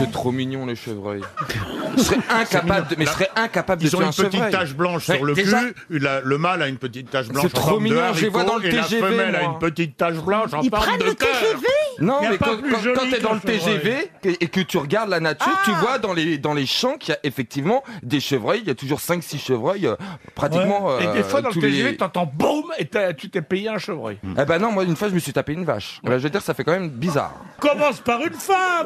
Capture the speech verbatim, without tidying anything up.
C'est trop mignon les chevreuils. Je serais incapable de, mais je serais incapable de Ils ont tuer une un chevreuil. petite tache blanche sur Ouais, le déjà- cul, la- le mâle a une petite tache blanche C'est en trop forme de mignon, je les vois haricot, dans le et la T G V, femelle a moi. une petite tache blanche en Ils forme prennent de le cœur. T G V? Non, Y a mais pas quand, plus quand- joli quand t'es dans le qu'un chevreuil. T G V que- et que tu regardes la nature, tu vois dans les, dans les champs qu'il y a effectivement des chevreuils. Il y a toujours cinq six chevreuils, euh, pratiquement. Ouais. Et euh, des fois, dans le tous T G V, les- t'entends boum et t'as- tu t'es payé un chevreuil. Eh ben non, moi une fois je me suis tapé une vache. Là, je veux dire, ça fait quand même bizarre. Commence par une femme.